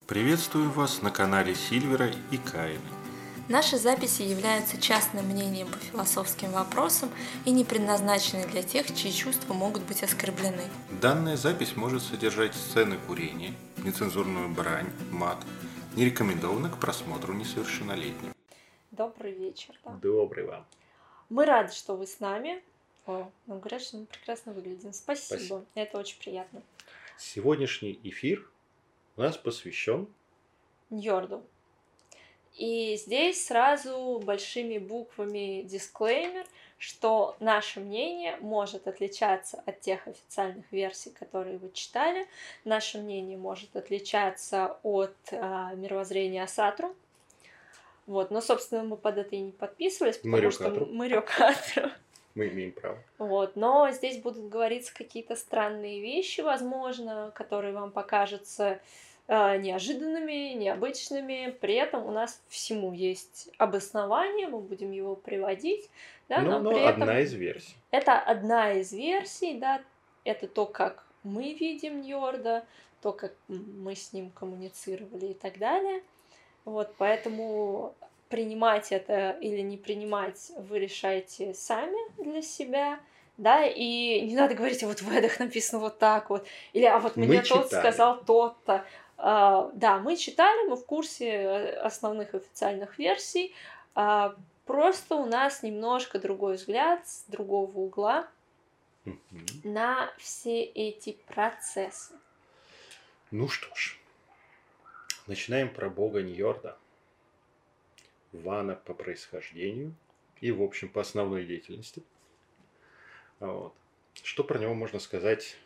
Приветствую вас на канале Сильвера и Каина. Наши записи являются частным мнением по философским вопросам и не предназначены для тех, чьи чувства могут быть оскорблены. Данная запись может содержать сцены курения, нецензурную брань, мат, не рекомендована к просмотру несовершеннолетним. Добрый вечер. Да? Добрый вам. Мы рады, что вы с нами. Нам говорят, что мы прекрасно выглядим. Спасибо. Это очень приятно. Сегодняшний эфир у нас посвящен Ньорду. И здесь сразу большими буквами дисклеймер, что наше мнение может отличаться от тех официальных версий, которые вы читали. Наше мнение может отличаться от мировоззрения Асатру. Вот, но, собственно, мы под это и не подписывались, потому что мы Рёкатру. Мы имеем право. Вот, но здесь будут говориться какие-то странные вещи, возможно, которые вам покажутся неожиданными, необычными. При этом у нас всему есть обоснование, мы будем его приводить. Да, но при этом одна из версий. Это одна из версий, да, это то, как мы видим Ньорда, то, как мы с ним коммуницировали и так далее. Вот, поэтому принимать это или не принимать вы решаете сами для себя, да, и не надо говорить, вот в Эдах написано вот так вот, или а вот мне тот сказал то-то. Да, мы читали, мы в курсе основных официальных версий, просто у нас немножко другой взгляд, с другого угла на все эти процессы. Ну что ж, начинаем про бога Ньорда. Вана по происхождению и, в общем, по основной деятельности. Вот. Что про него можно сказать?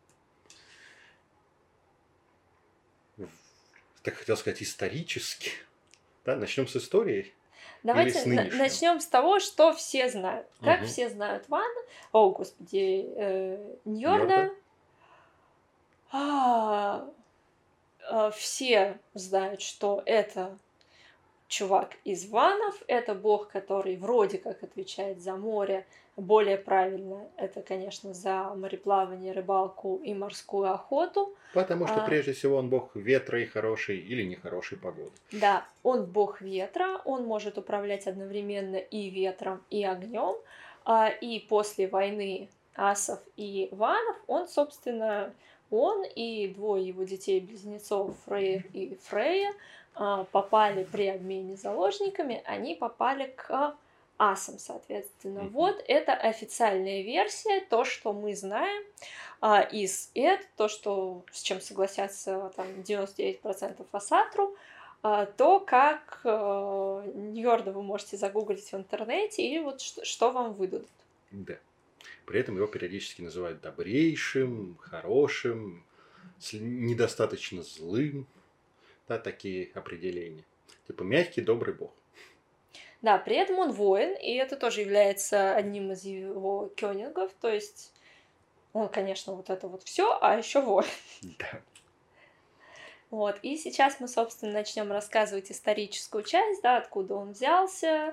Так хотел сказать исторически. Да? Начнем с истории. Давайте начнем с того, что все знают. Как все знают Вана? О, господи, Ньорда. Все знают, что это чувак из Ванов, это бог, который вроде как отвечает за море, более правильно, это, конечно, за мореплавание, рыбалку и морскую охоту. Потому что, прежде всего, он бог ветра и хорошей или нехорошей погоды. Да, он бог ветра, он может управлять одновременно и ветром, и огнем. И после войны асов и ванов он, собственно, он и двое его детей-близнецов, Фрейр и Фрейя, попали при обмене заложниками, они попали к асам, соответственно. Вот это официальная версия, то, что мы знаем из Эд, то, что, с чем согласятся там 99% Асатру, то, как Ньорда вы можете загуглить в интернете, и вот что вам выдадут. Да. При этом его периодически называют добрейшим, хорошим, недостаточно злым. Да, такие определения. Типа мягкий, добрый бог. Да, при этом он воин, и это тоже является одним из его кёнингов. То есть он, конечно, вот это вот все, а еще воин. Да. Вот, и сейчас мы, собственно, начнем рассказывать историческую часть, да, откуда он взялся,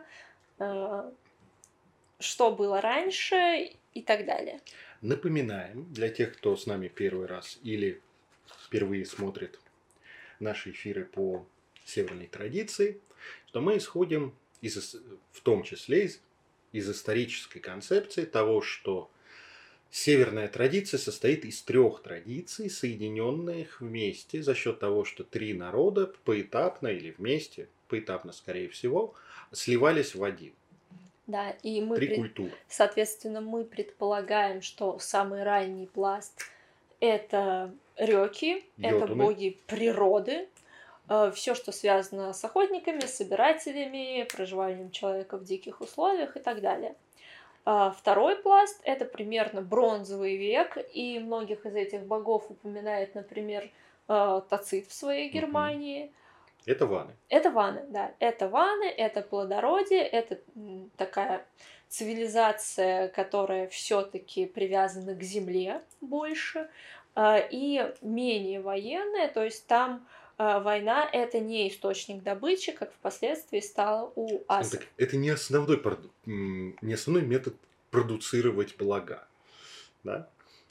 что было раньше и так далее. Напоминаем для тех, кто с нами первый раз или впервые смотрит наши эфиры по северной традиции, что мы исходим в том числе из исторической концепции того, что северная традиция состоит из 3 традиций, соединенных вместе за счет того, что 3 народа поэтапно или вместе, поэтапно скорее всего, сливались в один. Да, и мы, 3 культуры. Соответственно, мы предполагаем, что самый ранний пласт – это рёки, это боги природы, все, что связано с охотниками, собирателями, проживанием человека в диких условиях и так далее. Второй пласт – это примерно бронзовый век, и многих из этих богов упоминает, например, Тацит в своей Германии. Это ваны. Это ваны, да. Это ваны, это плодородие, это такая цивилизация, которая все-таки привязана к земле больше, и менее военная, то есть там война – это не источник добычи, как впоследствии стало у асов. Это не основной метод продуцировать блага. Да?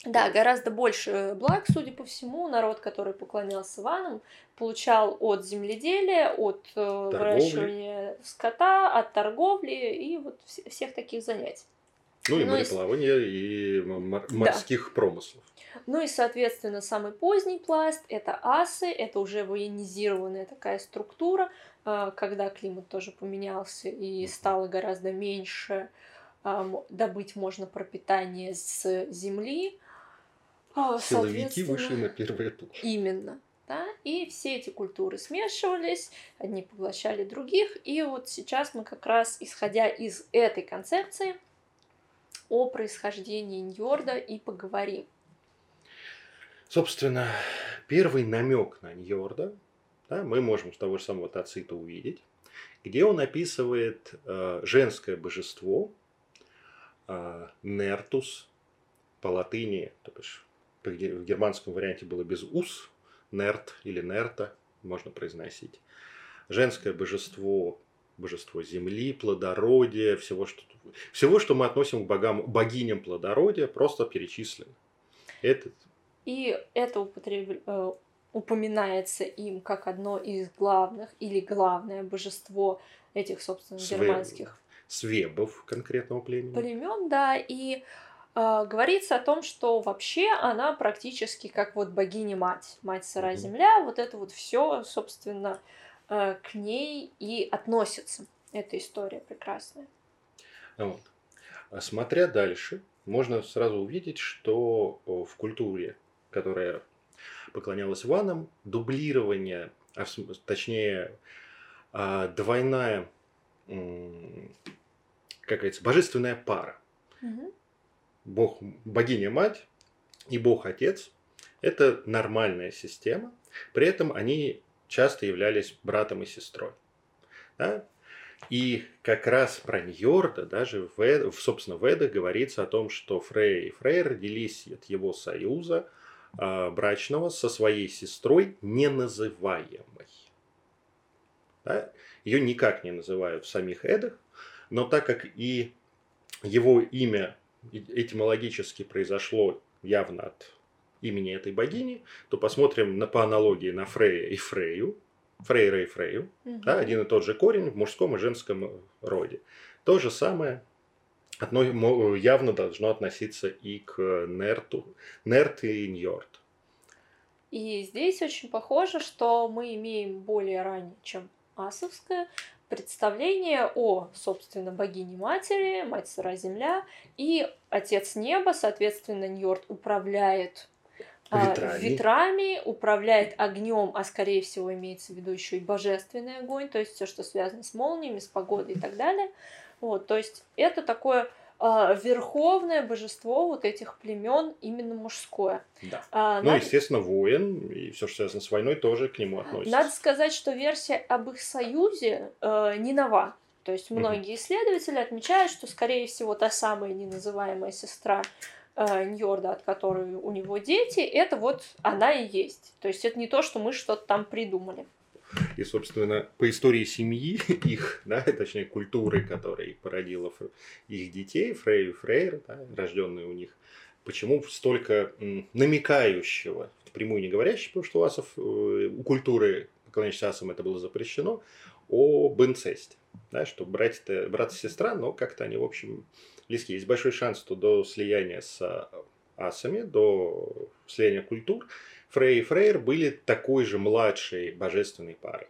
Да, гораздо больше благ, судя по всему, народ, который поклонялся ванам, получал от земледелия, от Торговли, выращивания скота, от торговли и вот всех таких занятий. ну и Ну и, мореплавания, и да. морских промыслов. Ну и, соответственно, самый поздний пласт – это асы, это уже военизированная такая структура, когда климат тоже поменялся и стало гораздо меньше добыть можно пропитание с земли. Силовики вышли на Соответственно, первый план. именно. Да? И все эти культуры смешивались, одни поглощали других. И вот сейчас мы как раз, исходя из этой концепции, о происхождении Ньорда и поговорим. Собственно, первый намек на Ньорда, да, мы можем с того же самого Тацита увидеть, где он описывает женское божество Нертус по латыни, то бишь в германском варианте было без ус, Нерт или Нерта можно произносить. Женское божество, божество земли, плодородия, всего, что мы относим к богиням плодородия, просто перечислено. И это упоминается им как одно из главных или главное божество этих, собственно, германских свебов конкретного племен, да, и говорится о том, что вообще она практически как вот богиня-мать, мать сыра земля, вот это вот все, собственно, к ней и относится. Эта история прекрасная. Вот. Смотря дальше, можно сразу увидеть, что в культуре, которая поклонялась ванам, дублирование, точнее, двойная, как говорится, божественная пара. Бог, богиня-мать и Бог-отец – это нормальная система, при этом они часто являлись братом и сестрой. Да? И как раз про Ньорда даже собственно, в Эдах говорится о том, что Фрейя и Фрей родились от его союза брачного со своей сестрой неназываемой. Да? Ее никак не называют в самих Эдах, но так как и его имя этимологически произошло явно от имени этой богини, то посмотрим по аналогии на Фрея и Фрейю, Фрейра и Фрейю, да, один и тот же корень в мужском и женском роде. То же самое явно должно относиться и к Нерту, Нерт и Ньорд. И здесь очень похоже, что мы имеем более раннее, чем асовское, представление о, собственно, богине-матери, мать сыра земля, и отец неба, соответственно, Ньорд управляет ветрами, управляет огнем, а скорее всего имеется в виду еще и божественный огонь, то есть все, что связано с молниями, с погодой и так далее. Вот, то есть это такое верховное божество вот этих племен, именно мужское. Да. Естественно, воин и все, что связано с войной, тоже к нему относится. Надо сказать, что версия об их союзе не нова. То есть многие исследователи отмечают, что, скорее всего, та самая неназываемая сестра Ньорда, от которой у него дети, это вот она и есть. То есть это не то, что мы что-то там придумали. И, собственно, по истории семьи их, да, точнее, культуры, которая породила их детей, Фрейю и Фрейра, да, рожденные у них, почему столько намекающего, впрямую не говорящего, потому что у асов, у культуры, поклоняющейся асам, это было запрещено, об инцесте, да, что брат и сестра, но как-то они, в общем, близки. Есть большой шанс, что до слияния с асами, до слияния культур, Фрей и Фрейр были такой же младшей божественной парой.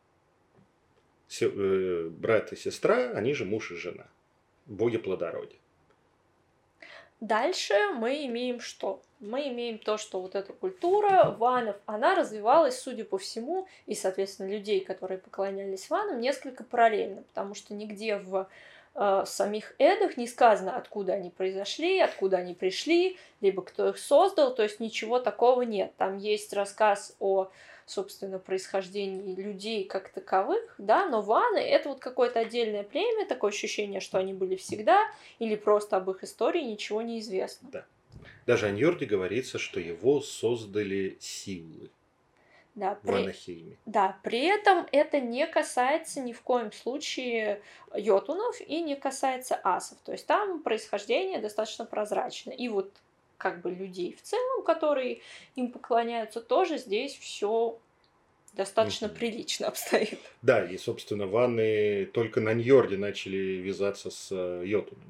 Брат и сестра, они же муж и жена. Боги плодородия. Дальше мы имеем что? Мы имеем то, что вот эта культура ванов, она развивалась, судя по всему, и, соответственно, людей, которые поклонялись ванам, несколько параллельно, потому что нигде в самих Эдах не сказано, откуда они произошли, откуда они пришли, либо кто их создал, то есть ничего такого нет. Там есть рассказ о, собственно, происхождении людей как таковых, да, но ваны — это вот какое-то отдельное племя, такое ощущение, что они были всегда, или просто об их истории ничего не известно. Да. Даже о Ньорде говорится, что его создали силы. Да, в при этом это не касается ни в коем случае йотунов и не касается асов. То есть там происхождение достаточно прозрачно. И вот как бы людей в целом, которые им поклоняются, тоже здесь все достаточно прилично обстоит. Да, и, собственно, ванны только на Ньорде начали вязаться с йотунами.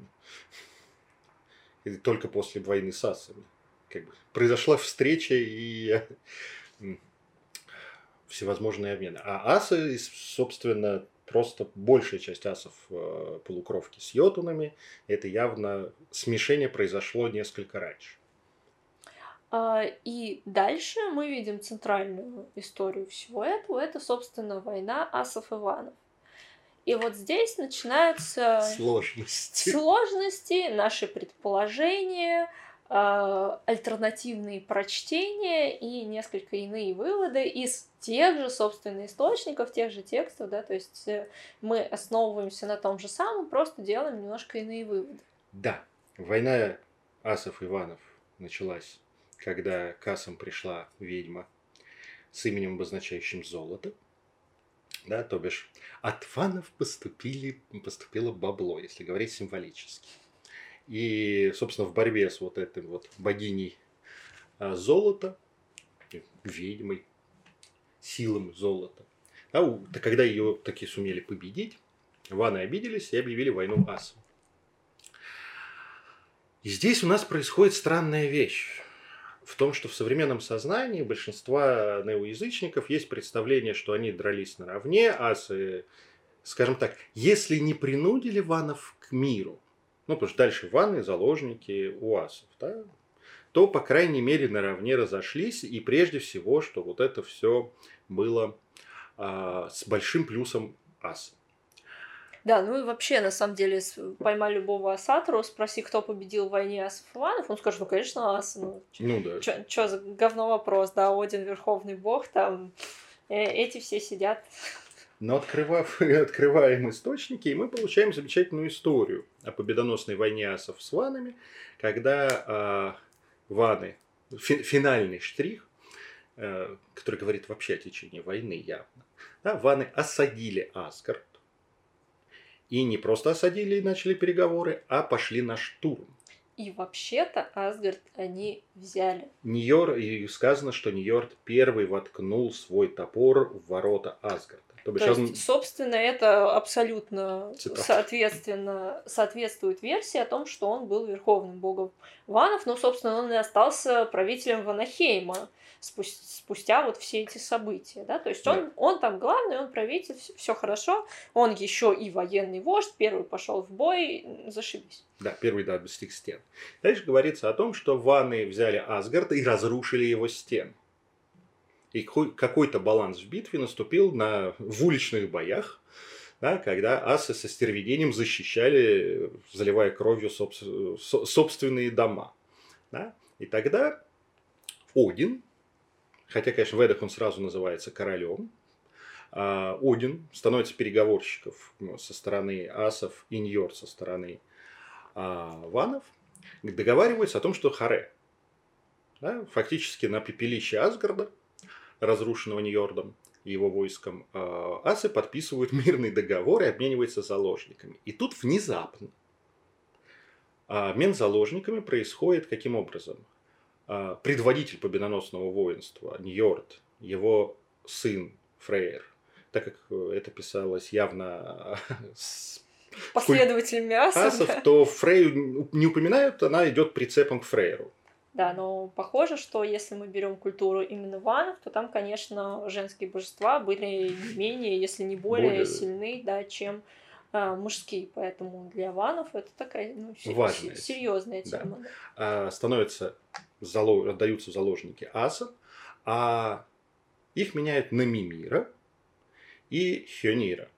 И только после войны с асами. Как бы произошла встреча и всевозможные обмены. А асы, собственно, просто большая часть асов полукровки с йотунами. Это явно смешение произошло несколько раньше. И дальше мы видим центральную историю всего этого. Это, собственно, война асов и ванов. И вот здесь начинаются сложности, наши предположения, альтернативные прочтения и несколько иные выводы из тех же, собственно, источников, тех же текстов, да, то есть мы основываемся на том же самом, просто делаем немножко иные выводы. Да, война асов и ванов началась, когда к асам пришла ведьма с именем, обозначающим золото. Да, то бишь от ванов поступило бабло, если говорить символически. И, собственно, в борьбе с вот этой вот богиней золота, ведьмой, силам золота, да, когда ее таки сумели победить, ваны обиделись и объявили войну асам. И здесь у нас происходит странная вещь. В том, что в современном сознании большинства неоязычников есть представление, что они дрались наравне, асы, скажем так, если не принудили ванов к миру, ну, потому что дальше ваны заложники у асов, да, то, по крайней мере, наравне разошлись, и прежде всего, что вот это все было с большим плюсом аса. Да, ну и вообще, на самом деле, поймай любого асатору, спроси, кто победил в войне асов и ванов, он скажет, ну, конечно, асы. Ну да. Чё за говно вопрос, да, Один верховный бог, там, эти все сидят. Но открываем источники, и мы получаем замечательную историю о победоносной войне асов с ванами, когда ваны, финальный штрих, который говорит вообще о течении войны явно, да, ваны осадили Асгард. И не просто осадили и начали переговоры, а пошли на штурм. И вообще-то Асгард они взяли. И сказано, что Ньорд первый воткнул свой топор в ворота Асгарда. То есть, собственно, это абсолютно соответствует версии о том, что он был верховным богом ванов, но, собственно, он и остался правителем Ванахейма спустя вот все эти события, да, то есть он там главный, он правитель, все хорошо, он еще и военный вождь, первый пошел в бой, зашибись. Да, первый достиг стен. Дальше говорится о том, что ваны взяли Асгард и разрушили его стены. И какой-то баланс в битве наступил в уличных боях, да, когда асы со стервенением защищали, заливая кровью собственные дома. Да. И тогда Один, хотя, конечно, в Эдах он сразу называется королем, Один становится переговорщиком со стороны асов и Ньорд со стороны ванов, договаривается о том, что Харе, да, фактически на пепелище Асгарда, разрушенного Ньордом и его войском, асы подписывают мирный договор и обмениваются заложниками. И тут внезапно обмен заложниками происходит каким образом? Предводитель победоносного воинства Ньорд, его сын Фрейр, так как это писалось явно с последователями асов, то Фрейю не упоминают, она идет прицепом к Фрейру. Да, но похоже, что если мы берем культуру именно ванов, то там, конечно, женские божества были не менее, если не более сильны, да, чем мужские. Поэтому для ванов это такая серьезная тема. Да. Отдаются в заложники асов, а их меняют на Мимира и Хёнира.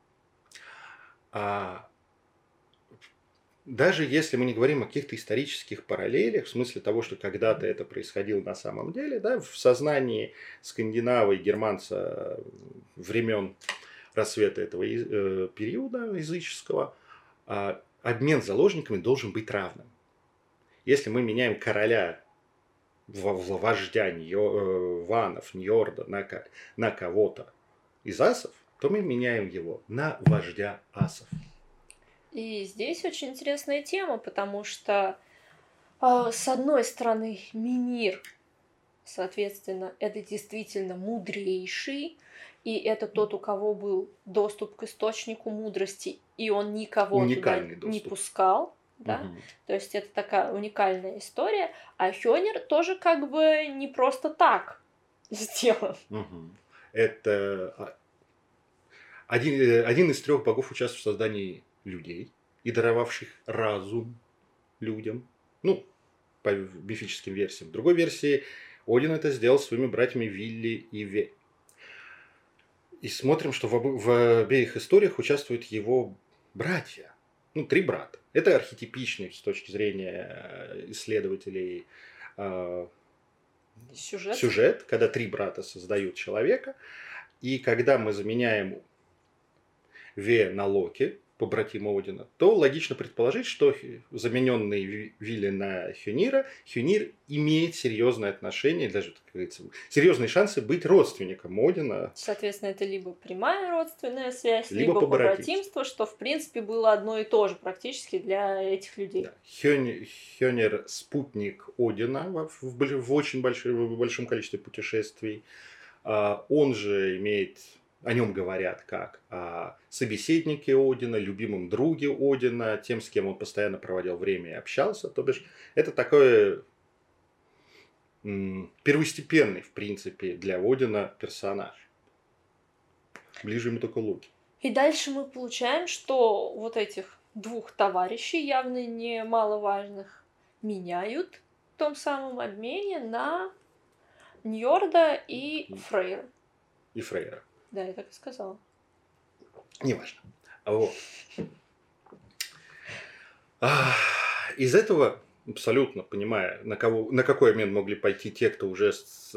Даже если мы не говорим о каких-то исторических параллелях, в смысле того, что когда-то это происходило на самом деле, да, в сознании скандинава и германца времен рассвета этого периода языческого, обмен заложниками должен быть равным. Если мы меняем короля, вождя ванов, Ньорда на кого-то из асов, то мы меняем его на вождя асов. И здесь очень интересная тема, потому что С одной стороны, Мимир, соответственно, это действительно мудрейший, и это тот, у кого был доступ к источнику мудрости, и он никого туда Уникальный не доступ. пускал, да? Мгм. То есть это такая уникальная история. А Хёнир тоже как бы не просто так сделан. Мгм. Это один из 3 богов участвовал в создании людей и даровавших разум людям. Ну, по мифическим версиям. В другой версии Один это сделал своими братьями Вилли и Ве. И смотрим, что в обеих историях участвуют его братья. Ну, 3 брата. Это архетипичный с точки зрения исследователей сюжет, когда 3 брата создают человека. И когда мы заменяем Ве на Локи, побратима Одина, то логично предположить, что замененный Вилли на Хёнира, Хёнир имеет серьезное отношение, даже, как говорится, серьезные шансы быть родственником Одина. Соответственно, это либо прямая родственная связь, Либо либо побратимство. побратимство, что в принципе было одно и то же практически для этих людей. Да. Хёнир спутник Одина в очень большом количестве путешествий. Он же имеет, о нем говорят как о собеседнике Одина, любимом друге Одина, тем, с кем он постоянно проводил время и общался. То бишь, это такой первостепенный, в принципе, для Одина персонаж. Ближе ему только Локи. И дальше мы получаем, что вот этих 2 товарищей, явно немаловажных, меняют в том самом обмене на Ньорда и Фрейра. И Фрейра. Да, я так и сказала. Неважно. Вот. Из этого, абсолютно понимая, на какой обмен могли пойти те, кто уже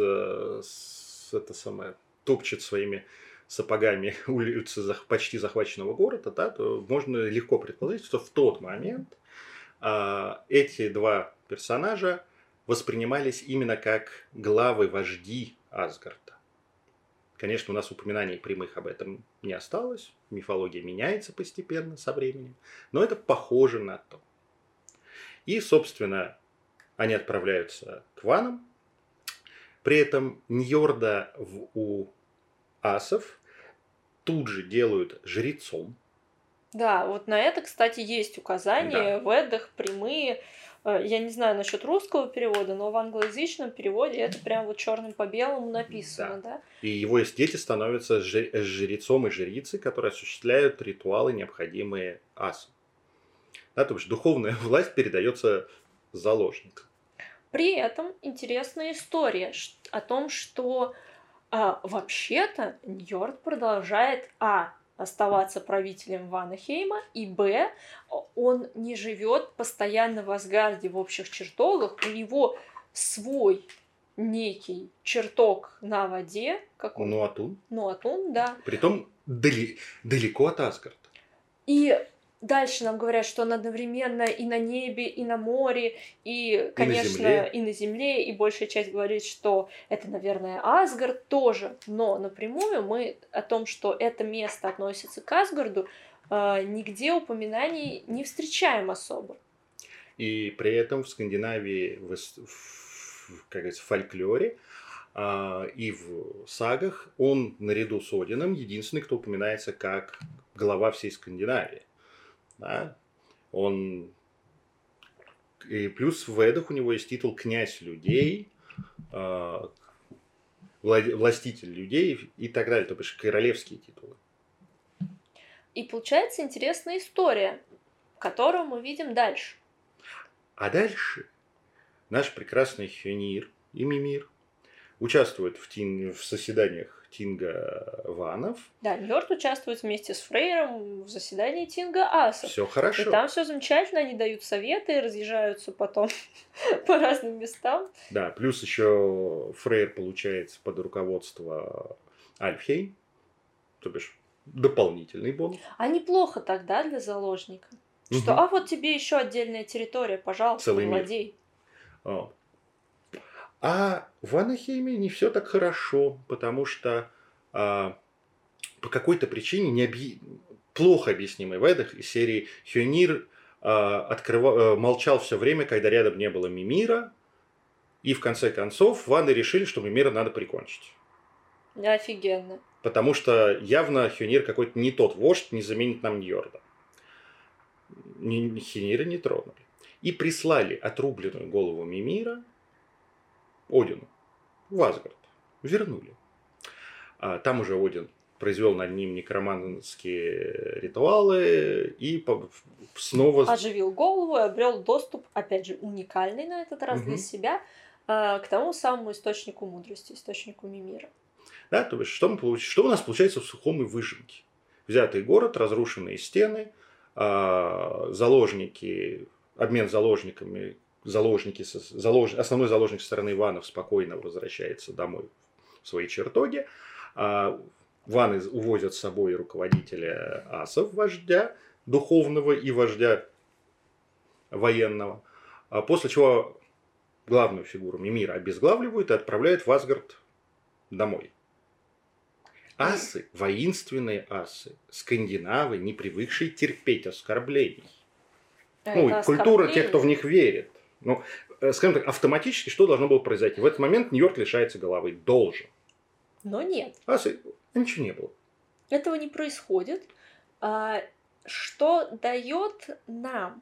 топчет своими сапогами улицы почти захваченного города, да, то можно легко предположить, что в тот момент эти 2 персонажа воспринимались именно как главы, вожди Асгарда. Конечно, у нас упоминаний прямых об этом не осталось, мифология меняется постепенно со временем, но это похоже на то. И, собственно, они отправляются к ванам, при этом Ньорда у асов тут же делают жрецом. Да, вот на это, кстати, есть указания в Эддах прямые. Я не знаю насчет русского перевода, но в англоязычном переводе это прям вот черным по белому написано, да? И его дети становятся жрецом и жрицей, которые осуществляют ритуалы, необходимые асам. Да, то есть духовная власть передается заложникам. При этом интересная история о том, что вообще-то Ньорд продолжает оставаться правителем Ванахейма, и он не живет постоянно в Асгарде в общих чертогах, у него свой некий чертог на воде. Нуатун, да. Притом далеко от Асгарда. И дальше нам говорят, что он одновременно и на небе, и на море, и, конечно, и на земле, и большая часть говорит, что это, наверное, Асгард тоже, но напрямую мы о том, что это место относится к Асгарду, нигде упоминаний не встречаем особо. И при этом в Скандинавии, как говорится, в фольклоре и в сагах он наряду с Одином единственный, кто упоминается как глава всей Скандинавии. Да? И плюс в Эдах у него есть титул князь людей, властитель людей и так далее, то бишь королевские титулы. И получается интересная история, которую мы видим дальше. А дальше наш прекрасный Хёнир и Мимир участвуют в заседаниях Тинга Ванов. Да, Ньорд участвует вместе с Фрейром в заседании Тинга Асов. Все хорошо. И там все замечательно, они дают советы, разъезжаются потом по разным местам. Да, плюс еще Фрейр получается под руководство Альфхейм, то бишь дополнительный бонус. А неплохо тогда для заложника. Что, вот тебе еще отдельная территория, пожалуйста, целый владей. Мир. А в Ванахейме не все так хорошо, потому что по какой-то причине плохо объяснимой в Эдах из серии Хёнир молчал все время, когда рядом не было Мимира. И в конце концов ваны решили, что Мимира надо прикончить. Офигенно. Потому что явно Хёнир какой-то не тот вождь, не заменит нам Ньорда. Хёнира не тронули. И прислали отрубленную голову Мимира Одину в Асгард. Вернули. Там уже Один произвел над ним некроманские ритуалы и снова... Оживил голову и обрел доступ, опять же, уникальный на этот раз для себя, к тому самому источнику мудрости, источнику Мимира. Да, то есть, что у нас получается в Сухом и Выжимке? Взятый город, разрушенные стены, заложники, обмен заложниками, основной заложник со стороны Ванов спокойно возвращается домой в свои чертоги. Ваны увозят с собой руководителя асов, вождя духовного и вождя военного. После чего главную фигуру Мимира обезглавливают и отправляют в Асгард домой. Асы, воинственные асы, скандинавы, не привыкшие терпеть оскорблений. Культура тех, кто в них верит. Скажем так, автоматически что должно было произойти? В этот момент Ньорд лишается головы. Должен. Но нет. Асы, ничего не было. Этого не происходит. Что дает нам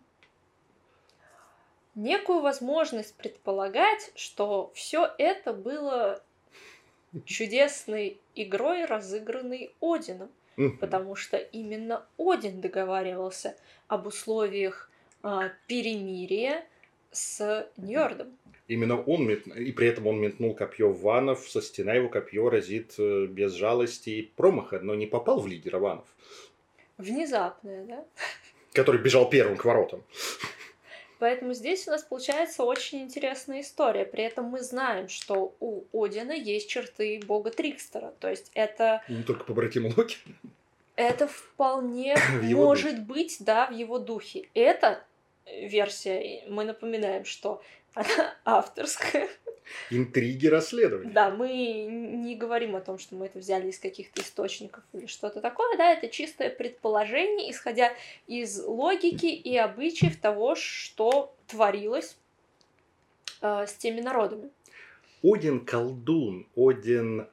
некую возможность предполагать, что все это было чудесной игрой, разыгранной Одином. Потому что именно Один договаривался об условиях перемирия с Ньордом. Именно он, и при этом он метнул копье в ванов, со стены его копье разит без жалости и промаха, но не попал в лидера ванов. Внезапное, да? Который бежал первым к воротам. Поэтому здесь у нас получается очень интересная история. При этом мы знаем, что у Одина есть черты бога Трикстера. То есть это... Не только побратим Локи. Это вполне может быть, да, в его духе. Эта версия, мы напоминаем, что она авторская. Интриги расследования. Да, мы не говорим о том, что мы это взяли из каких-то источников или что-то такое, да, это чистое предположение, исходя из логики и обычаев того, что творилось с теми народами. Один колдун, Один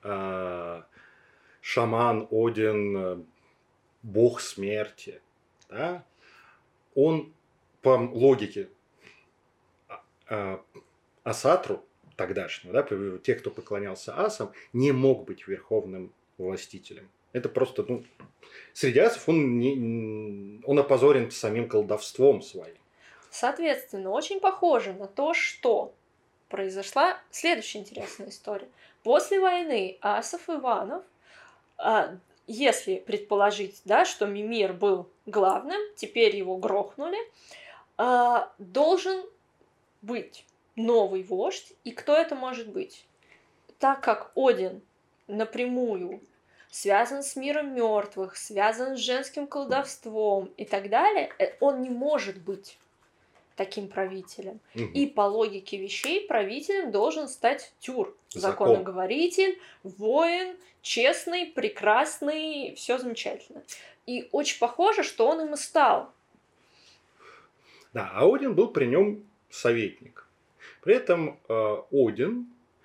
шаман, Один бог смерти, да? Он по логике Асатру тогдашнего, да, тех, кто поклонялся асам, не мог быть верховным властителем. Это просто, среди асов он опозорен самим колдовством своим. Соответственно, очень похоже на то, что произошла следующая интересная история. После войны асов и ванов, если предположить, да, что Мимир был главным, теперь его грохнули, должен быть новый вождь. И кто это может быть? Так как Один напрямую связан с миром мертвых, связан с женским колдовством и так далее, он не может быть таким правителем. И по логике вещей правителем должен стать Тюр. Законоговоритель, воин, честный, прекрасный, все замечательно. И очень похоже, что он им и стал. Да, а Один был при нем советник. При этом Один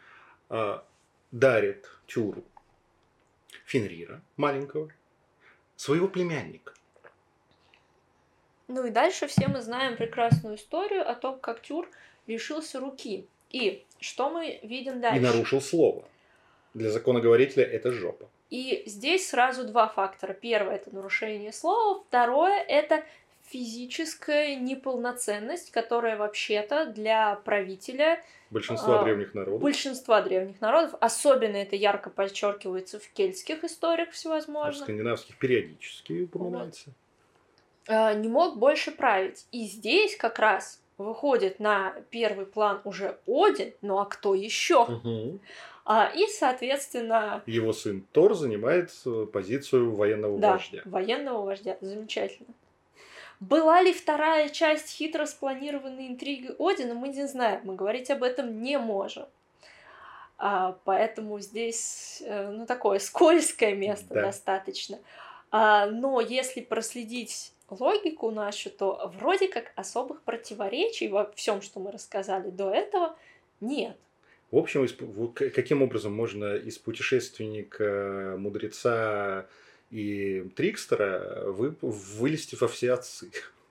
дарит Тюру Фенрира, маленького, своего племянника. Ну и дальше все мы знаем прекрасную историю о том, как Тюр лишился руки. И что мы видим дальше? И нарушил слово. Для законоговорителя это жопа. И здесь сразу два фактора. Первое – это нарушение слова. Второе – это физическая неполноценность, которая вообще-то для правителя большинства древних народов, особенно это ярко подчеркивается в кельтских историях всевозможных. В скандинавских периодически упоминается. Не мог больше править. И здесь как раз выходит на первый план уже Один, ну а кто еще? И, соответственно... Его сын Тор занимает позицию военного вождя. Да, военного вождя. Замечательно. Была ли вторая часть хитро спланированной интриги Одина, мы не знаем. Мы говорить об этом не можем. Поэтому здесь, такое скользкое место достаточно. Но если проследить логику нашу, то вроде как особых противоречий во всем, что мы рассказали до этого, нет. В общем, каким образом можно из путешественника, мудреца и трикстера вылезти во все отцы?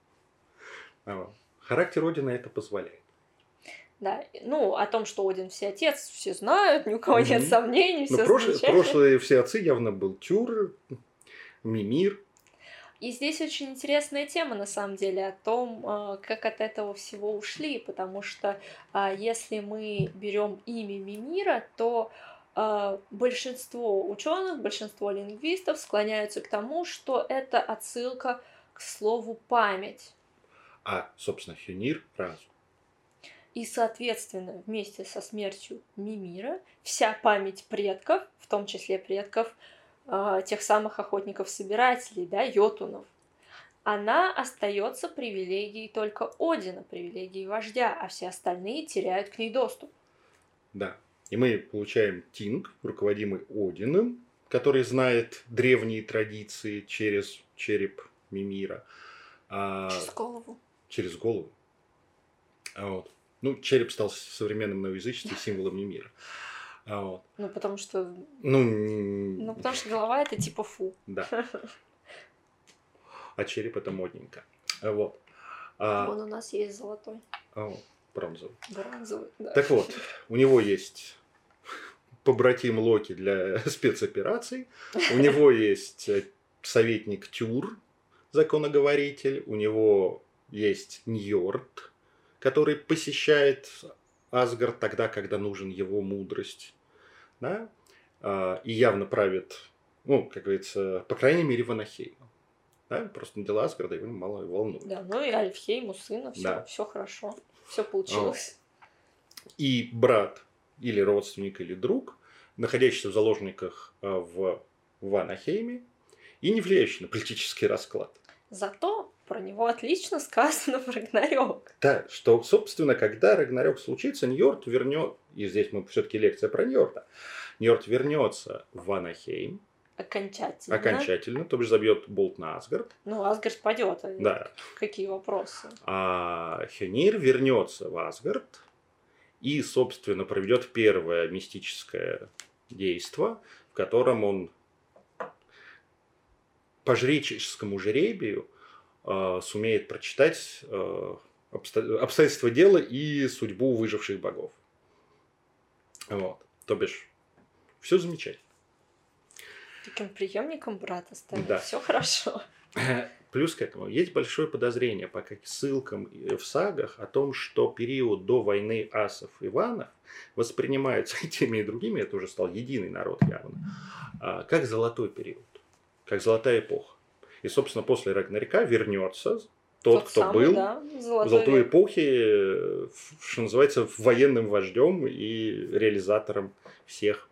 Характер Одина это позволяет. Да, ну, о том, что Один всеотец, все знают, ни у кого нет сомнений, все замечательно. Прошлые все отцы явно был Тюр, Мимир. И здесь очень интересная тема, на самом деле, о том, как от этого всего ушли, потому что если мы берем имя Мимира, то большинство ученых, большинство лингвистов склоняются к тому, что это отсылка к слову «память». Собственно, Хюнир – разум. И, соответственно, вместе со смертью Мимира вся память предков, в том числе предков тех самых охотников-собирателей, да, йотунов, она остается привилегией только Одина, привилегией вождя, а все остальные теряют к ней доступ. Да. И мы получаем Тинг, руководимый Одином, который знает древние традиции через череп Мимира. Через голову. Через голову. Вот. Ну, череп стал в современном новоязычестве символом Мимира. Вот. Ну, потому что... Ну, потому что голова это типа фу. Да. А череп это модненько. Вот. Вон у нас есть золотой. Бронзовый. Бронзовый, да. Так вот, у него есть побратим Локи для спецопераций. У него есть советник Тюр, законоговоритель. У него есть Ньорд, который посещает Асгард тогда, когда нужен его мудрость. Да? И явно правит, ну, как говорится, по крайней мере, Ванахеймом. Да? Просто дела Асгарда его мало волнуют. Да, ну и Альфхейму сына, все хорошо, все получилось. И брат, или родственник, или друг, находящийся в заложниках в Ванахейме и не влияющий на политический расклад. Зато про него отлично сказано в Рагнарёк. Да, что, собственно, когда Рагнарёк случится, Ньорд вернет, и здесь мы все-таки лекция про Ньорда, Ньорд вернется в Ванахейм. Окончательно, то бишь забьет болт на Асгард. Ну, Асгард падет. Да. Какие вопросы? А Хёнир вернется в Асгард и, собственно, проведет первое мистическое действо, в котором он по жреческому жребию сумеет прочитать обстоятельства дела и судьбу выживших богов. Вот. То бишь, все замечательно. Таким преемником брата станет. Да. Все хорошо. Плюс к этому есть большое подозрение по ссылкам в сагах о том, что период до войны асов и ванов воспринимается и теми, и другими, это уже стал единый народ явно, как золотой период, как золотая эпоха. И, собственно, после Рагнарёка вернется тот, кто самый, был да, в золотой эпохе, что называется, военным вождем и реализатором всех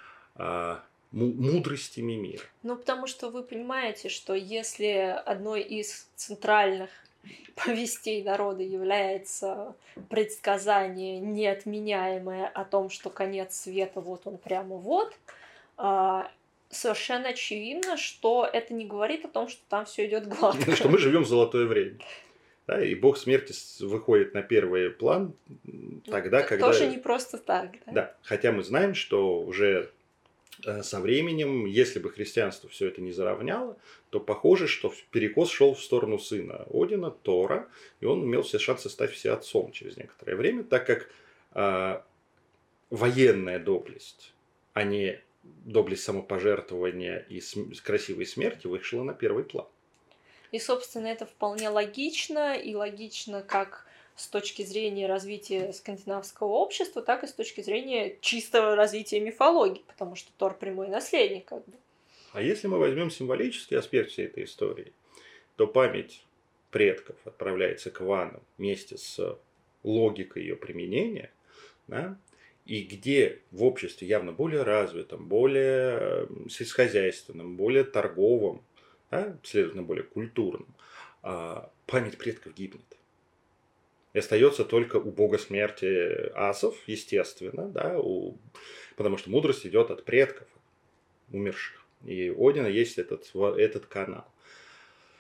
мудрости Мимира. Ну, потому что вы понимаете, что если одной из центральных повестей народа является предсказание неотменяемое о том, что конец света вот он прямо вот, совершенно очевидно, что это не говорит о том, что там все идет гладко. Что мы живем в золотое время. Да, и бог смерти выходит на первый план тогда, когда... Тоже не просто так. Да? Да, хотя мы знаем, что уже со временем, если бы христианство все это не заровняло, то похоже, что перекос шел в сторону сына Одина, Тора, и он имел все шансы стать всеотцом через некоторое время, так как военная доблесть, а не доблесть самопожертвования и красивой смерти вышла на первый план. И, собственно, это вполне логично, и логично как с точки зрения развития скандинавского общества, так и с точки зрения чистого развития мифологии, потому что Тор прямой наследник, как бы. А если мы возьмем символический аспект всей этой истории, то память предков отправляется к ванам вместе с логикой ее применения, да, и где в обществе явно более развитом, более сельскохозяйственном, более торговом, да, следовательно, более культурном, память предков гибнет. И остается только у бога смерти асов, естественно, да, потому что мудрость идет от предков умерших. И у Одина есть этот канал.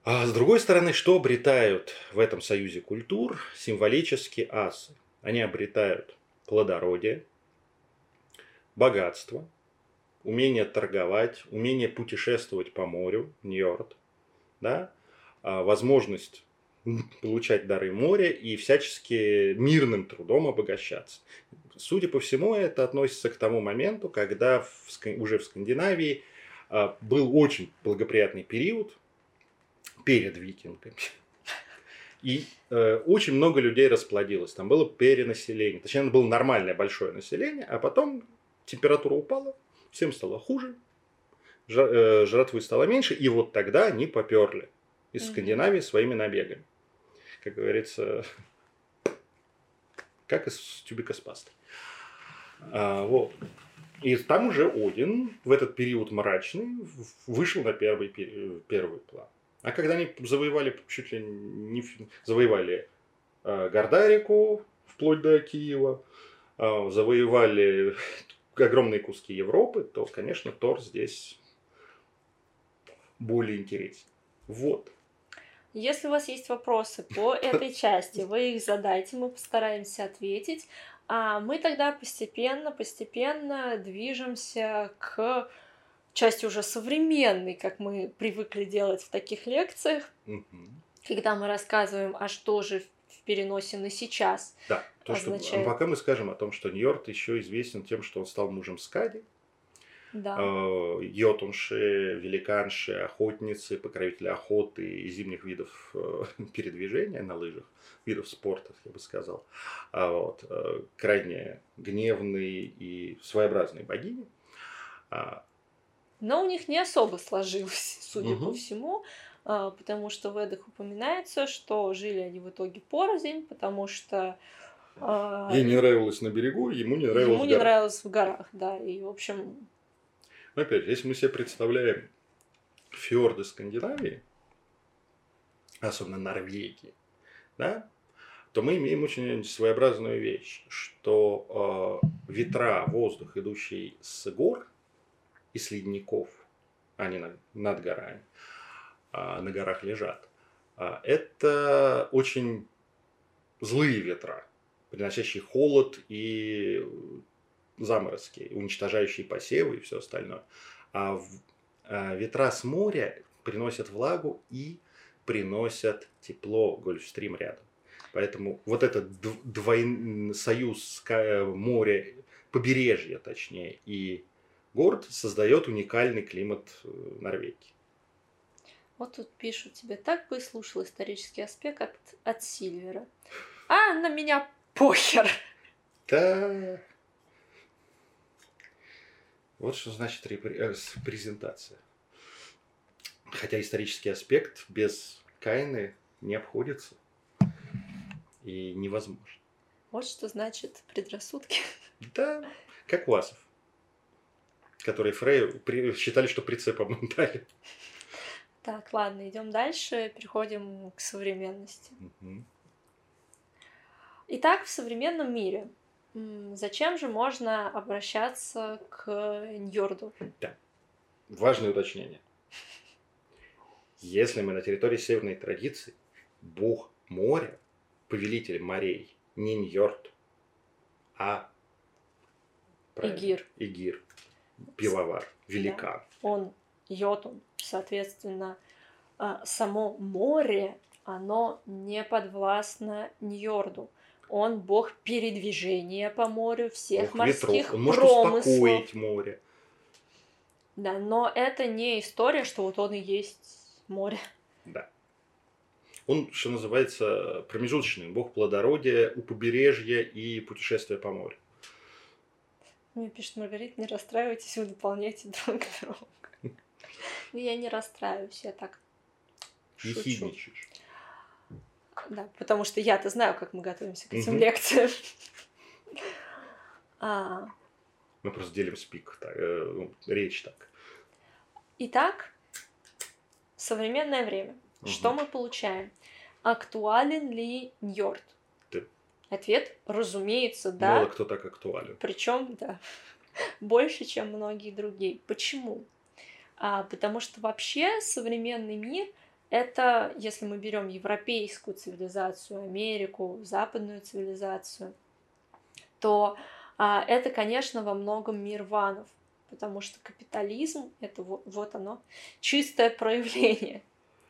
А с другой стороны, что обретают в этом союзе культур символически асы? Они обретают плодородие, богатство, умение торговать, умение путешествовать по морю, ньорд, да? Возможность получать дары моря и всячески мирным трудом обогащаться. Судя по всему, это относится к тому моменту, когда уже в Скандинавии был очень благоприятный период перед викингами. И очень много людей расплодилось. Там было перенаселение. Точнее, было нормальное большое население, а потом температура упала, всем стало хуже, жратвы стало меньше, и вот тогда они поперли из Скандинавии своими набегами. Как говорится, как из тюбика с пастой. Вот. И там уже Один в этот период мрачный вышел на первый план. А когда они завоевали, чуть ли не завоевали Гордарику, вплоть до Киева, завоевали огромные куски Европы, то, конечно, Тор здесь более интересен. Вот. Если у вас есть вопросы по этой части, вы их задайте, мы постараемся ответить. А мы тогда постепенно движемся к части уже современной, как мы привыкли делать в таких лекциях, когда мы рассказываем, а что же в переносе на сейчас. Да, означает... пока мы скажем о том, что Ньорд еще известен тем, что он стал мужем Скади. Да. Йотунши, великанши, охотницы, покровители охоты и зимних видов передвижения на лыжах, видов спорта, я бы сказал. Вот. Крайне гневные и своеобразные богини. Но у них не особо сложилось, судя по всему, потому что в Эддах упоминается, что жили они в итоге порознь, потому что... Ей не нравилось на берегу, ему не нравилось в горах. Ему не нравилось в горах, да, и, в общем... Но опять же, если мы себе представляем фьорды Скандинавии, особенно Норвегии, да, то мы имеем очень своеобразную вещь, что ветра, воздух, идущий с гор и с ледников, они над горами, на горах лежат, это очень злые ветра, приносящие холод и заморозки, уничтожающие посевы и все остальное. А ветра с моря приносят влагу и приносят тепло, Гольфстрим рядом. Поэтому вот этот союз моря, побережья точнее, и гор создает уникальный климат Норвегии. Вот тут пишут тебе, так бы и слушал исторический аспект от Сильвера. А на меня похер. Да. Вот что значит презентация. Хотя исторический аспект без Каины не обходится и невозможно. Вот что значит предрассудки. Да, как у асов, которые Фрейю считали, что прицепом дали. Так, ладно, идем дальше, переходим к современности. Итак, в современном мире зачем же можно обращаться к Ньорду? Да. Важное уточнение. Если мы на территории северной традиции, бог моря, повелитель морей, не Ньорд, а Игир, пивовар, великан. Да. Он Йотун, соответственно, само море, оно не подвластно Ньорду. Он бог передвижения по морю, всех бог морских ветров. Он промыслов. может успокоить море. Да, но это не история, что вот он и есть море. Да. Он, что называется, промежуточный бог плодородия у побережья и путешествия по морю. Мне пишет Маргарита, не расстраивайтесь, вы дополняете друг друга. Я не расстраиваюсь, я так шучу. Ехидничаешь. Да, потому что я-то знаю, как мы готовимся к этим лекциям. Мы просто делим речь так. Итак, современное время. Что мы получаем? Актуален ли Ньорд? Ответ, разумеется, да. Мало кто так актуален. Причем, да, больше, чем многие другие. Почему? Потому что вообще современный мир Это, если мы берем европейскую цивилизацию, Америку, западную цивилизацию, то это, конечно, во многом мир ванов, потому что капитализм — это вот оно, чистое проявление.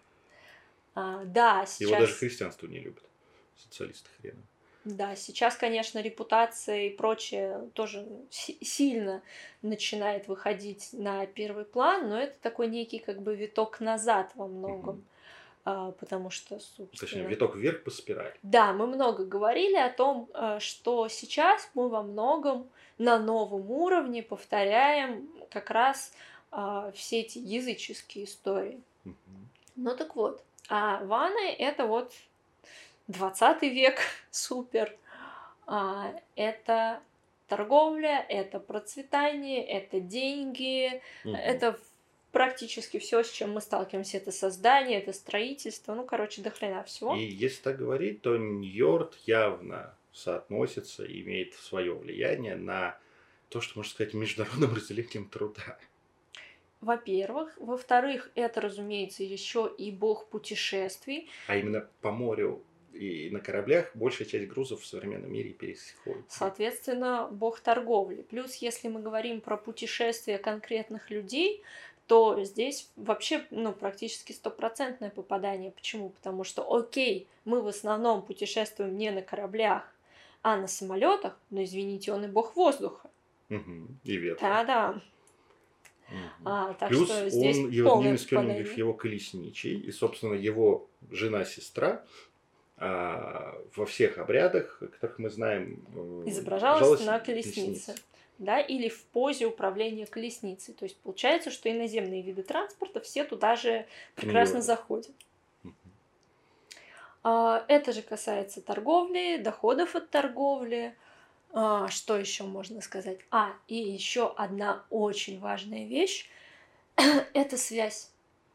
Да, Его даже сейчас, христианство не любит. Социалисты хреновые. да, сейчас, конечно, репутация и прочее тоже сильно начинает выходить на первый план, но это такой некий как бы виток назад во многом, потому что, Точнее, собственно, виток вверх по спирали. да, мы много говорили о том, что сейчас мы во многом на новом уровне повторяем как раз все эти языческие истории. Ну так вот, а ваны — это вот 20 век, супер. Это торговля, это процветание, это деньги, это практически все, с чем мы сталкиваемся. Это создание, это строительство, ну, короче, до хрена всего. И если так говорить, то Ньорд явно соотносится, имеет свое влияние на то, что, можно сказать, международным разделением труда. Во-первых. Во-вторых, это, разумеется, еще и бог путешествий. А именно по морю и на кораблях большая часть грузов в современном мире переходит. Соответственно, бог торговли. Плюс, если мы говорим про путешествия конкретных людей, то здесь вообще, ну, практически стопроцентное попадание. Почему? Потому что, окей, мы в основном путешествуем не на кораблях, а на самолетах, но, извините, он и бог воздуха. И ветра. Да-да. Так Плюс что здесь он, полное один из кёнингов, попадание. его колесничий, и, собственно, его жена-сестра во всех обрядах, которых мы знаем, изображалась на колеснице. Да, или в позе управления колесницей. То есть получается, что иноземные виды транспорта все туда же прекрасно заходят. Это же касается торговли, доходов от торговли. Что еще можно сказать? И еще одна очень важная вещь – это связь.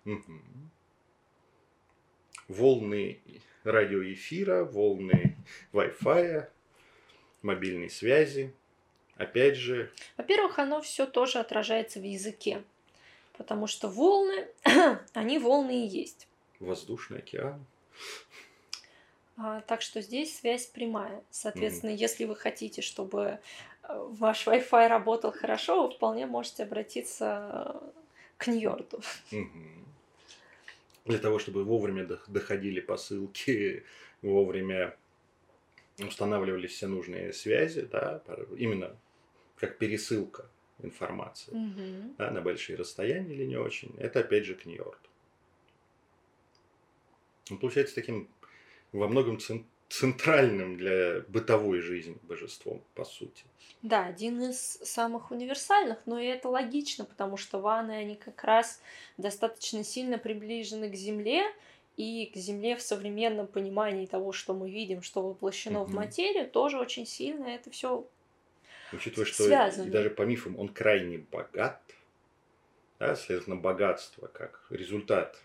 Волны радиоэфира, волны Wi-Fi, мобильной связи. Опять же... Во-первых, оно все тоже отражается в языке, потому что волны, они волны и есть. Воздушный океан. Так что здесь связь прямая. Соответственно, если вы хотите, чтобы ваш Wi-Fi работал хорошо, вы вполне можете обратиться к Ньорду. Для того, чтобы вовремя доходили посылки, вовремя устанавливались все нужные связи, да, именно как пересылка информации да, на большие расстояния или не очень, это опять же к Ньорду. Он получается таким во многом центральным для бытовой жизни божеством, по сути. Да, один из самых универсальных, но и это логично, потому что ваны, они как раз достаточно сильно приближены к Земле, и к Земле в современном понимании того, что мы видим, что воплощено в материю, тоже очень сильно это все учитывая, что связано. И даже по мифам он крайне богат, да, следовательно, богатство как результат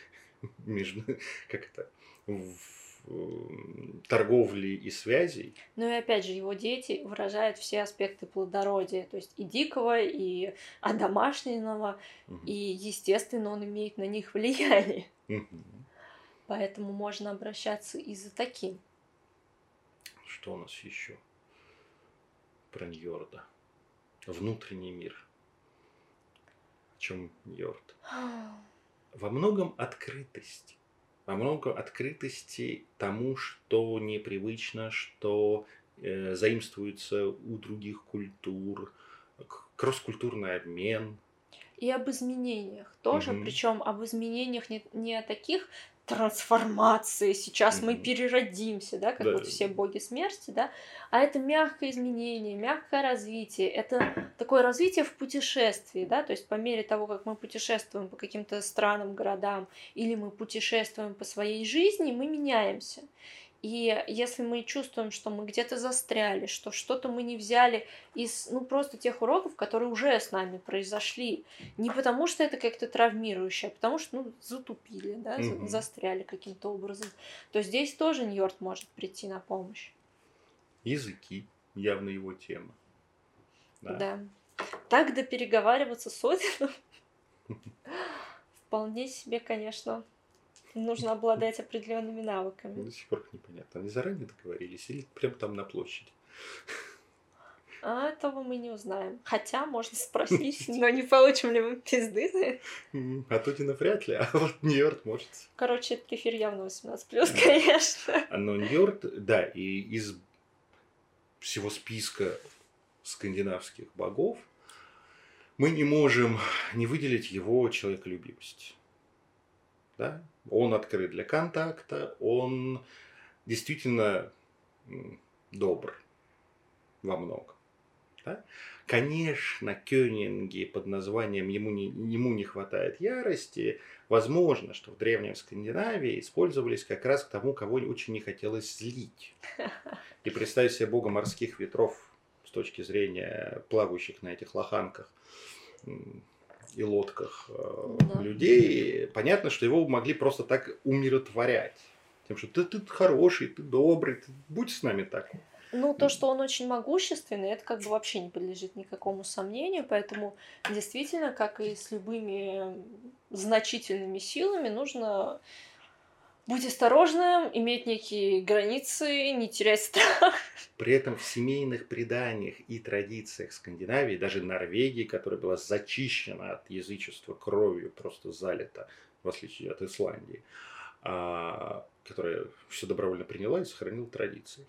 торговли и связей. Ну и опять же, его дети выражают все аспекты плодородия, то есть и дикого, и одомашненного, и, естественно, он имеет на них влияние. Поэтому можно обращаться и за таким. Что у нас еще про Ньорда? Внутренний мир. В чем Ньорд? Во многом открытость. Во многом открытости тому, что непривычно, что заимствуется у других культур, кросс-культурный обмен. И об изменениях тоже, причем об изменениях не о таких трансформации, сейчас мы переродимся, да, как вот все боги смерти, да, а это мягкое изменение, мягкое развитие, это такое развитие в путешествии, да, то есть по мере того, как мы путешествуем по каким-то странам, городам, или мы путешествуем по своей жизни, мы меняемся. И если мы чувствуем, что мы где-то застряли, что что-то мы не взяли из, просто тех уроков, которые уже с нами произошли, не потому что это как-то травмирующее, а потому что, затупили, да, застряли каким-то образом, то здесь тоже Ньорд может прийти на помощь. Языки, явно его тема. Да. Так переговариваться с Одином вполне себе, конечно, Нужно обладать определенными навыками. До сих пор непонятно. Они заранее договорились или прям там на площади? А этого мы не узнаем. Хотя можно спросить, но не получим ли мы пизды. А Тотина вряд ли, а вот Нью-Йорк может. Короче, этот эфир явно 18+, конечно. Но Нью-Йорк, да, и из всего списка скандинавских богов мы не можем не выделить его человеколюбивость. Да? Он открыт для контакта, он действительно добр во многом. Да? Конечно, кёнинги под названием ему не хватает ярости. Возможно, что в древней Скандинавии использовались как раз к тому, кого очень не хотелось злить. И представить себе бога морских ветров с точки зрения плавающих на этих лоханках и лодках людей, понятно, что его могли просто так умиротворять. Тем, что ты хороший, ты добрый, ты будь с нами так. Ну, то, что он очень могущественный, это как бы вообще не подлежит никакому сомнению, поэтому действительно, как и с любыми значительными силами, нужно быть осторожным, иметь некие границы, не терять страх. При этом в семейных преданиях и традициях Скандинавии, даже Норвегии, которая была зачищена от язычества кровью, просто залита, в отличие от Исландии, которая все добровольно приняла и сохранила традиции.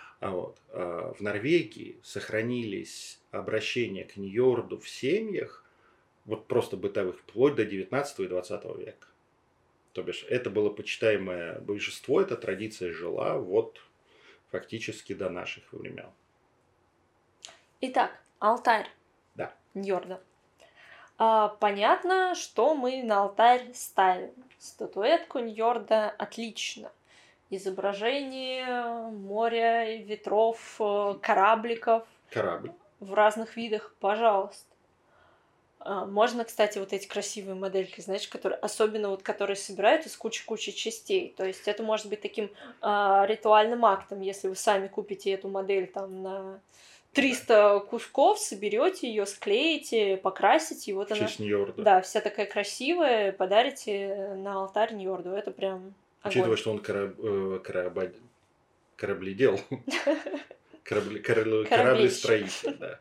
В Норвегии сохранились обращения к Ньорду в семьях, вот просто бытовых, вплоть до 19 и 20 века. То бишь, это было почитаемое божество, эта традиция жила вот фактически до наших времен. Итак, алтарь Да. Ньорда. Понятно, что мы на алтарь ставим. Статуэтку Ньорда отлично. Изображение моря, ветров, корабликов. Корабль. В разных видах, пожалуйста. Можно, кстати, вот эти красивые модельки, знаешь, которые, особенно вот которые собирают из кучи-кучи частей. То есть это может быть таким ритуальным актом, если вы сами купите эту модель там на 300 кусков, соберете ее, склеите, покрасите, и вот она, Ньорда. да, вся такая красивая, подарите на алтарь Ньорду. Это прям огонь. Учитывая, что он корабледел. Кораблестроитель, да.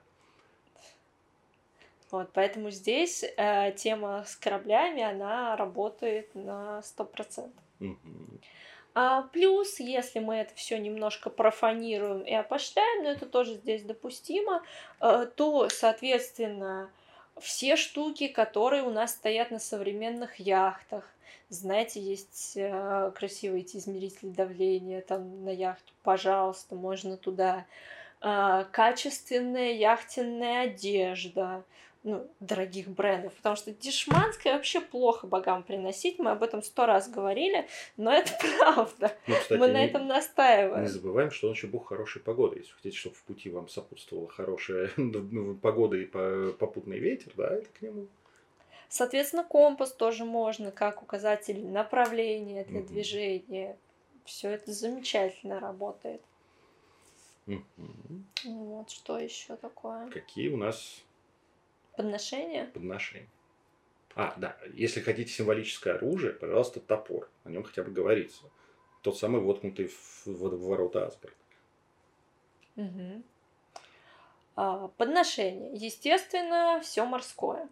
Вот, поэтому здесь тема с кораблями, она работает на 100%. Плюс, если мы это все немножко профанируем и опошляем, но это тоже здесь допустимо, то, соответственно, все штуки, которые у нас стоят на современных яхтах, знаете, есть красивые эти измерители давления там на яхту, пожалуйста, можно туда. Качественная яхтенная одежда, дорогих брендов, потому что дешманское вообще плохо богам приносить, мы об этом 100 раз говорили, но это правда. Кстати, мы на этом настаиваем. Не забываем, что он еще бог хорошей погоды. Если хотите, чтобы в пути вам сопутствовала хорошая погода и попутный ветер, да, это к нему. Соответственно, компас тоже можно, как указатель направления для движения. Все это замечательно работает. Вот что еще такое? Какие у нас подношения? Да, если хотите символическое оружие, пожалуйста, топор. О нем хотя бы говорится. Тот самый воткнутый в ворота Асгарда. Подношения. Естественно, все морское.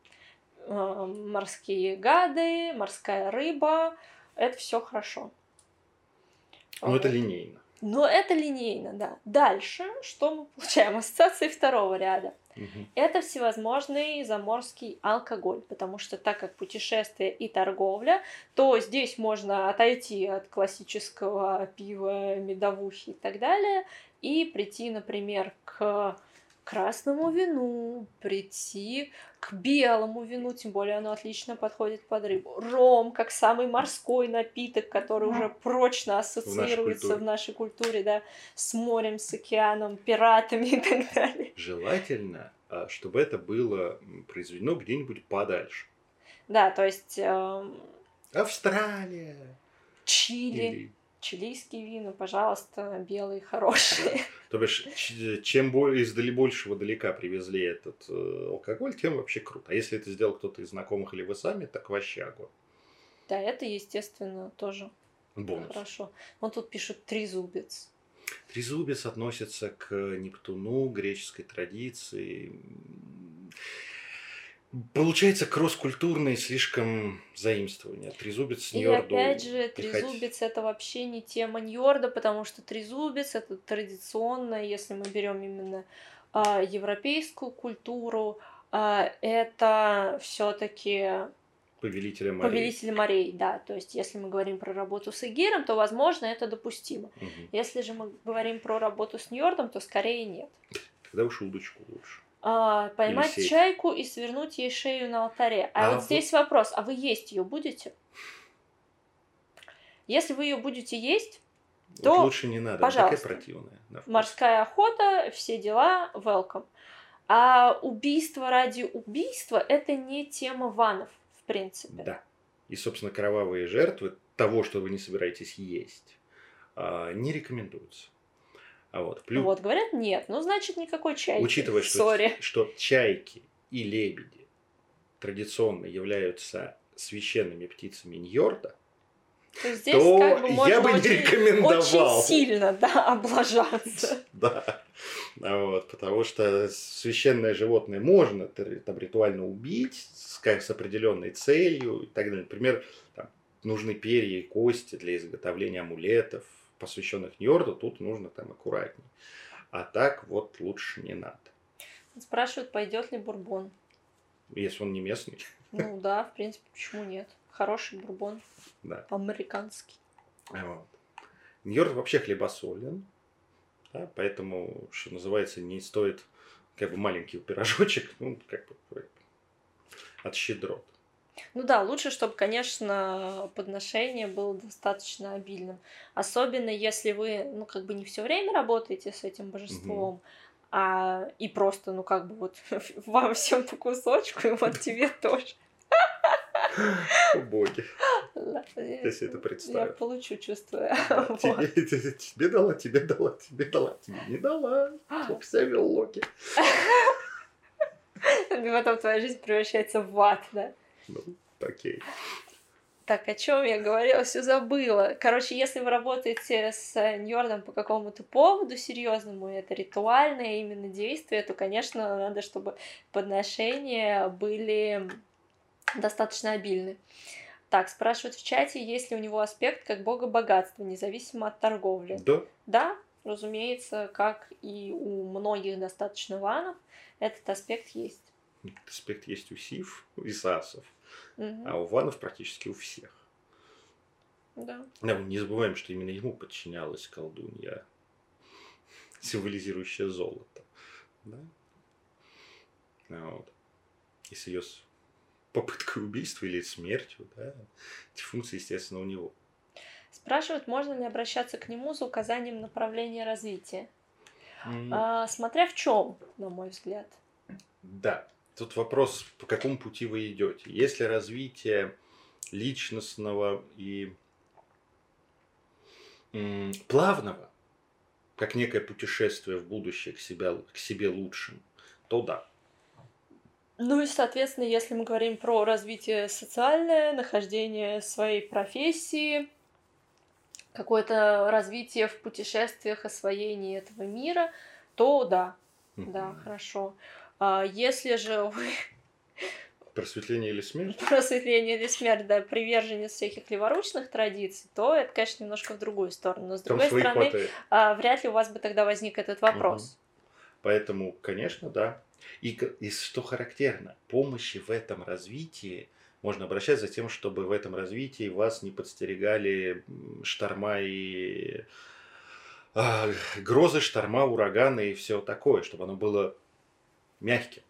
Морские гады, морская рыба. Это все хорошо. Но это линейно. Но это линейно, да. Дальше, что мы получаем? Ассоциации второго ряда. Это всевозможный заморский алкоголь, потому что так как путешествие и торговля, то здесь можно отойти от классического пива, медовухи и так далее, и прийти, например, к красному вину, прийти к белому вину, тем более оно отлично подходит под рыбу. Ром, как самый морской напиток, который уже прочно ассоциируется в нашей культуре, да, с морем, с океаном, пиратами и так далее. Желательно, чтобы это было произведено где-нибудь подальше. Да, то есть... Австралия. Чили. Чилийские вина, пожалуйста, белые, хорошие. Да. То бишь, чем большего далека привезли этот алкоголь, тем вообще круто. А если это сделал кто-то из знакомых или вы сами, так вообще огонь. Да, это, естественно, тоже Бонус. хорошо. Вот тут пишут трезубец. Трезубец относится к Нептуну, греческой традиции. Получается кросс-культурное слишком заимствование. Трезубец И Ньорду опять же, пихать. трезубец это вообще не тема Ньорда, потому что трезубец это традиционно, если мы берем именно европейскую культуру, это все-таки Повелителя морей. повелитель морей, да. То есть, если мы говорим про работу с Эгиром, то, возможно, это допустимо. Мгм. Если же мы говорим про работу с Ньордом, то скорее нет. Тогда уж удочку лучше. Поймать сеть. чайку и свернуть ей шею на алтаре. А вот здесь вопрос, а вы есть ее будете? Если вы ее будете есть, Вот то, лучше не надо, пожалуйста, такая противная. на вкус. морская охота, все дела, welcome. А убийство ради убийства – это не тема ванов, в принципе. Да. И, собственно, кровавые жертвы того, что вы не собираетесь есть, не рекомендуются. Плюс, Вот, говорят, нет. Ну, значит, никакой чайки. учитывая, Сори. что чайки и лебеди традиционно являются священными птицами Ньорда, То здесь то как бы можно я бы не очень рекомендовал. сильно, да, облажаться. Да. Потому что священное животное можно там ритуально убить с определенной целью и так далее. Например, там, нужны перья и кости для изготовления амулетов, посвященных Ньорду, тут нужно там аккуратней. А так вот лучше не надо. Спрашивают, пойдет ли бурбон. Если он не местный. Ну да, в принципе, почему нет? Хороший бурбон. Да. Американский. Ньорд вообще хлебосолен. Да, поэтому, что называется, не стоит как бы маленький пирожочек, от щедрот. Ну да, лучше, чтобы, конечно, подношение было достаточно обильным. Особенно если вы, не все время работаете с этим божеством, и просто, вам всем по кусочку, и вот тебе тоже. О боги. Я себе это Я представил. получу чувство. Тебе дала, тебе не дала. Вся Локи. И потом твоя жизнь превращается в ад, да? Ну, окей. Так, о чем я говорила, все забыла. Короче, если вы работаете с Ньордом по какому-то поводу серьезному, это ритуальное именно действие, то, конечно, надо, чтобы подношения были достаточно обильны. Так, спрашивают в чате, есть ли у него аспект как бога богатства, независимо от торговли. Да. Да, разумеется, как и у многих достаточно ванов, этот аспект есть. Этот аспект есть у сив, и сасов. Мгм. А у ванов практически у всех. Да. Да, мы не забываем, что именно ему подчинялась колдунья, символизирующая золото. Да? И с ее попыткой убийства или смертью, да, эти функции, естественно, у него. Спрашивают, можно ли обращаться к нему за указанием направления развития. Смотря в чем, на мой взгляд. Да. Тут вопрос, по какому пути вы идете. Если развитие личностного и плавного, как некое путешествие в будущее к себе лучшим, то да. Ну и, соответственно, если мы говорим про развитие социальное, нахождение своей профессии, какое-то развитие в путешествиях, освоении этого мира, то да, да, хорошо. Если же вы Просветление или смерть? просветление или смерть, да, приверженец всяких леворучных традиций, то это, конечно, немножко в другую сторону. Но с другой стороны, вряд ли у вас бы тогда возник этот вопрос. Поэтому, конечно, да. И что характерно, помощи в этом развитии можно обращаться за тем, чтобы в этом развитии вас не подстерегали шторма и грозы, шторма, ураганы и все такое, чтобы оно было мягким,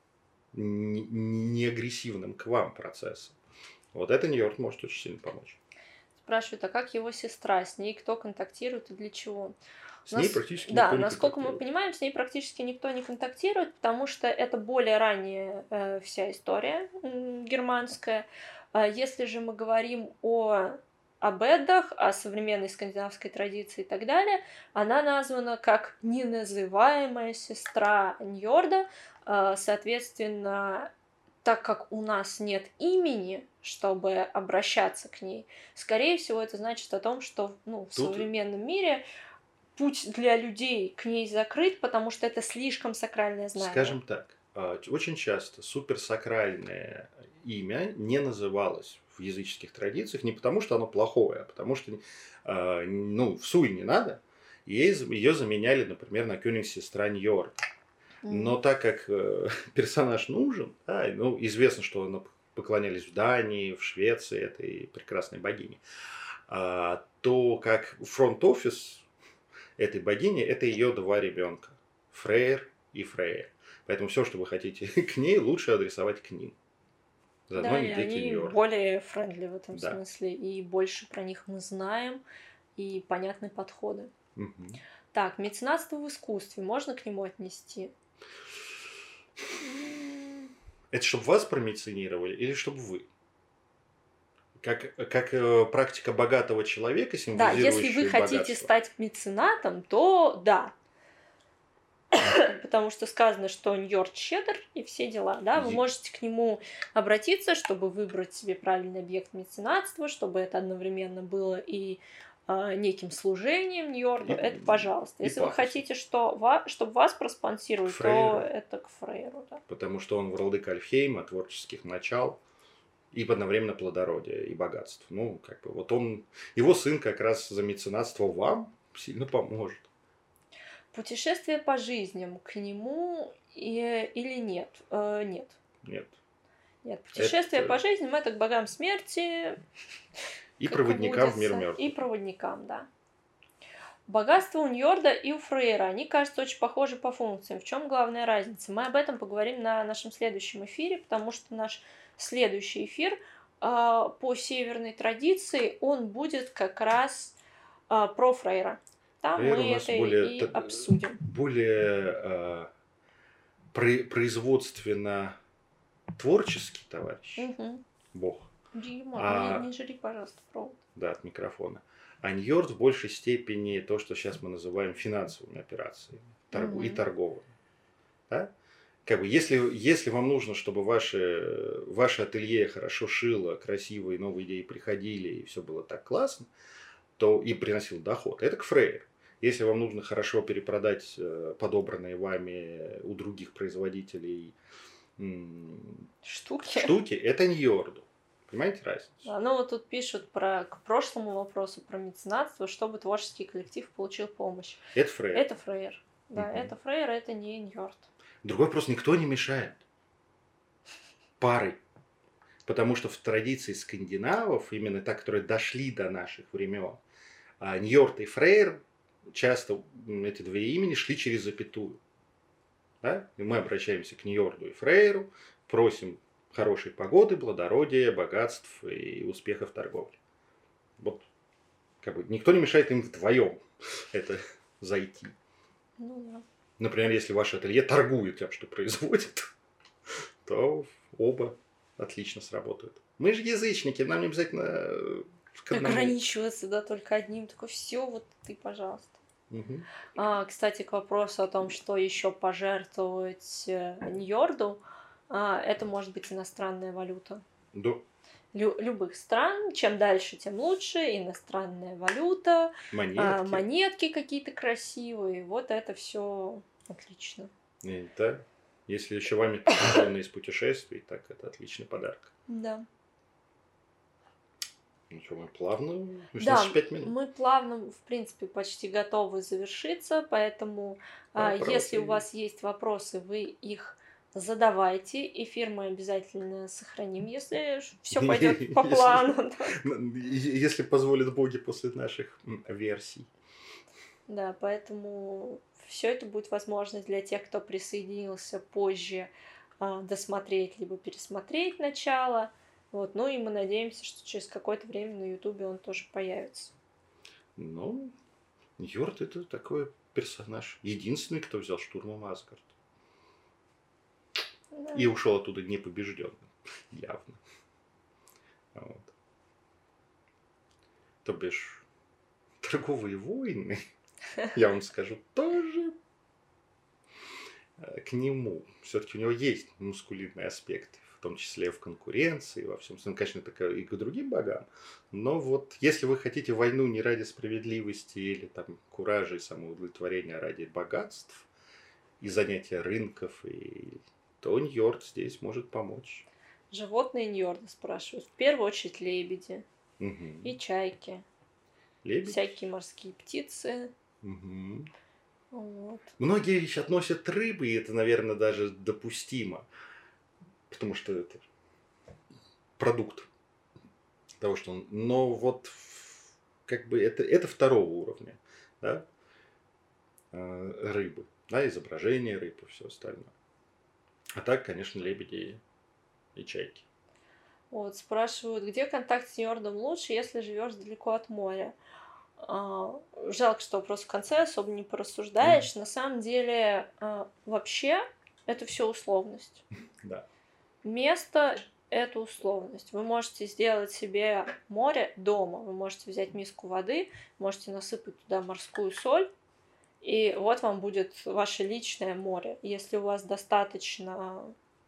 не агрессивным к вам процессом. Вот это Ньорд может очень сильно помочь. Спрашивают, а как его сестра? С ней кто контактирует и для чего? С ней практически никто не контактирует. Насколько мы понимаем, с ней практически никто не контактирует, потому что это более ранняя вся история германская. Если же мы говорим об Эддах, о современной скандинавской традиции и так далее, она названа как неназываемая сестра Ньорда. Соответственно, так как у нас нет имени, чтобы обращаться к ней, скорее всего, это значит о том, что в Тут, современном мире путь для людей к ней закрыт, потому что это слишком сакральное знание. скажем так, очень часто суперсакральное имя не называлось в языческих традициях не потому, что оно плохое, а потому что в суе не надо. И ее заменяли, например, на Кёнигсестра Ньорд. Но так как персонаж нужен, да, известно, что поклонялись в Дании, в Швеции этой прекрасной богине, то как фронт-офис этой богини, это ее два ребенка, Фрейр и Фрейя. Поэтому все, что вы хотите к ней, лучше адресовать к ним. Заодно Да, не и дети они Ньорда. более френдли в этом Да. смысле, и больше про них мы знаем, и понятны подходы. Мгм. Так, меценатство в искусстве можно к нему отнести? Это чтобы вас промеценировали или чтобы вы? Как практика богатого человека, Да, символизирующая если вы хотите богатство. стать меценатом, то да. Потому что сказано, что Ньорд щедр и все дела. Да? Вы можете к нему обратиться, чтобы выбрать себе правильный объект меценатства, чтобы это одновременно было и неким служением Ньорду. Это пожалуйста. Если вы хотите, чтобы вас проспонсировали, то это к Фрейру. Да. Потому что он владыка Альфхейма, творческих начал. И одновременно плодородие и богатство. Его сын как раз за меценатство вам сильно поможет. Путешествие по жизням к нему или нет? Нет. Нет. Путешествие по жизням это к богам смерти. И проводникам в мир мертвых. И проводникам, да. Богатство у Ньорда и у Фрейра, они, кажется, очень похожи по функциям. В чем главная разница? Мы об этом поговорим на нашем следующем эфире, потому что наш следующий эфир по северной традиции, он будет как раз про Фрейра. Там Фрейр мы это и обсудим. Более производственно творческий товарищ. Бог. Дима, не жри, пожалуйста, провод. Да, от микрофона. А Ньорд в большей степени то, что сейчас мы называем финансовыми операциями и торговыми. Да? Если вам нужно, чтобы ваше ателье хорошо шило, красивые новые идеи приходили, и все было так классно, то и приносил доход, это к Фрейру. Если вам нужно хорошо перепродать подобранные вами у других производителей штуки, это Ньорду. Понимаете разницу? Вот тут пишут к прошлому вопросу про меценатство, чтобы творческий коллектив получил помощь. Это Фрейр. Это Фрейр. Да, это Фрейр, это не Ньорд. Другой вопрос, никто не мешает парой. Потому что в традиции скандинавов, именно та, которые дошли до наших времен, Ньорд и Фрейр, часто эти две имени шли через запятую. Да? И мы обращаемся к Ньорду и Фрейру, просим хорошей погоды, плодородия, богатств и успехов в торговле. Никто не мешает им вдвоем это зайти. Да. Например, если ваше ателье торгует тем, что производит, то оба отлично сработают. Мы же язычники, нам не обязательно ограничиваться, только одним. Такое все, вот ты, пожалуйста. Кстати, к вопросу о том, что еще пожертвовать Ньорду, это может быть иностранная валюта. Да. Любых стран. Чем дальше, тем лучше. Иностранная валюта, монетки какие-то красивые. Вот это все отлично. Да. Если еще вами подготовлены из путешествий, так это отличный подарок. Да. Ну что, мы плавно? 85 минут. Мы плавно, в принципе, почти готовы завершиться, поэтому если у вас есть вопросы, вы их задавайте. Эфир мы обязательно сохраним, если все пойдет по плану. Если позволят боги после наших версий. Да, поэтому все это будет возможность для тех, кто присоединился позже, досмотреть либо пересмотреть начало. Ну и мы надеемся, что через какое-то время на Ютубе он тоже появится. Ньорд это такой персонаж. Единственный, кто взял штурмом Асгард. Да. И ушел оттуда непобежденным. Явно. То бишь, торговые войны, я вам скажу, тоже к нему. Все-таки у него есть мускулинные аспекты в том числе в конкуренции, во всем остальном, конечно, это и к другим богам. Но вот если вы хотите войну не ради справедливости или там куража и самоудовлетворения, а ради богатств и занятия рынков, то Ньорд здесь может помочь. Животные Ньорда спрашивают. В первую очередь лебеди и чайки. Лебедь? Всякие морские птицы. Угу. Вот. Многие еще относят рыбы, и это, наверное, даже допустимо. Потому что это продукт того, что он... Но вот как бы это второго уровня, да? Рыбы, да, изображение рыб и все остальное. А так, конечно, лебеди и чайки. Вот, спрашивают, где контакт с Ньордом лучше, если живешь далеко от моря. Жалко, что вопрос в конце, особо не порассуждаешь. На самом деле, вообще, это все условность. Да. Место — это условность. Вы можете сделать себе море дома. Вы можете взять миску воды, можете насыпать туда морскую соль, и вот вам будет ваше личное море. Если у вас достаточно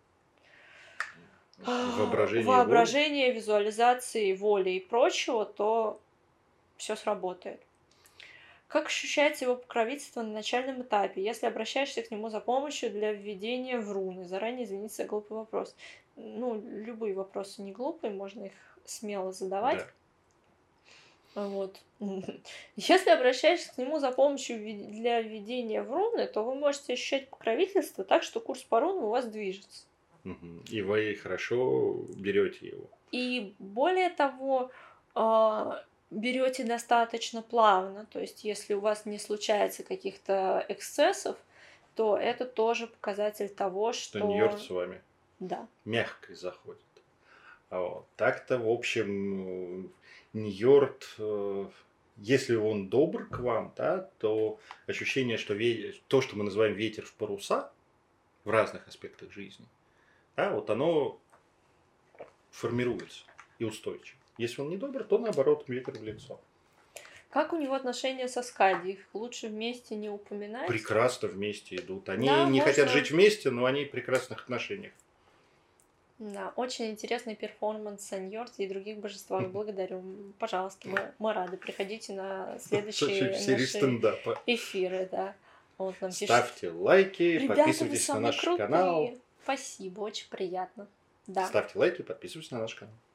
воображения, визуализации, воли и прочего, то все сработает. Как ощущается его покровительство на начальном этапе, если обращаешься к нему за помощью для введения в руны? Заранее извините за глупый вопрос. Любые вопросы не глупые, можно их смело задавать. Да. Вот. Если обращаешься к нему за помощью для введения в руны, то вы можете ощущать покровительство так, что курс по рунам у вас движется. И вы хорошо берете его. И более того, берете достаточно плавно. То есть, если у вас не случается каких-то эксцессов, то это тоже показатель того, что Ньорд с вами мягко заходит. Так-то, в общем, Ньорд, если он добр к вам, да, то ощущение, что то, что мы называем ветер в паруса в разных аспектах жизни, да, вот оно формируется и устойчиво. Если он не добр, то наоборот ветер в лицо. Как у него отношения со Скади? Их лучше вместе не упоминать? Прекрасно вместе идут. Они не хотят жить вместе, но они в прекрасных отношениях. Да, очень интересный перформанс Ньорд и других божествах. Благодарю. Пожалуйста, мы рады. Приходите на следующие наши эфиры. Да. Вот нам ставьте лайки, ребята, подписывайтесь на наш канал. Спасибо, очень приятно. Да. Ставьте лайки, подписывайтесь на наш канал.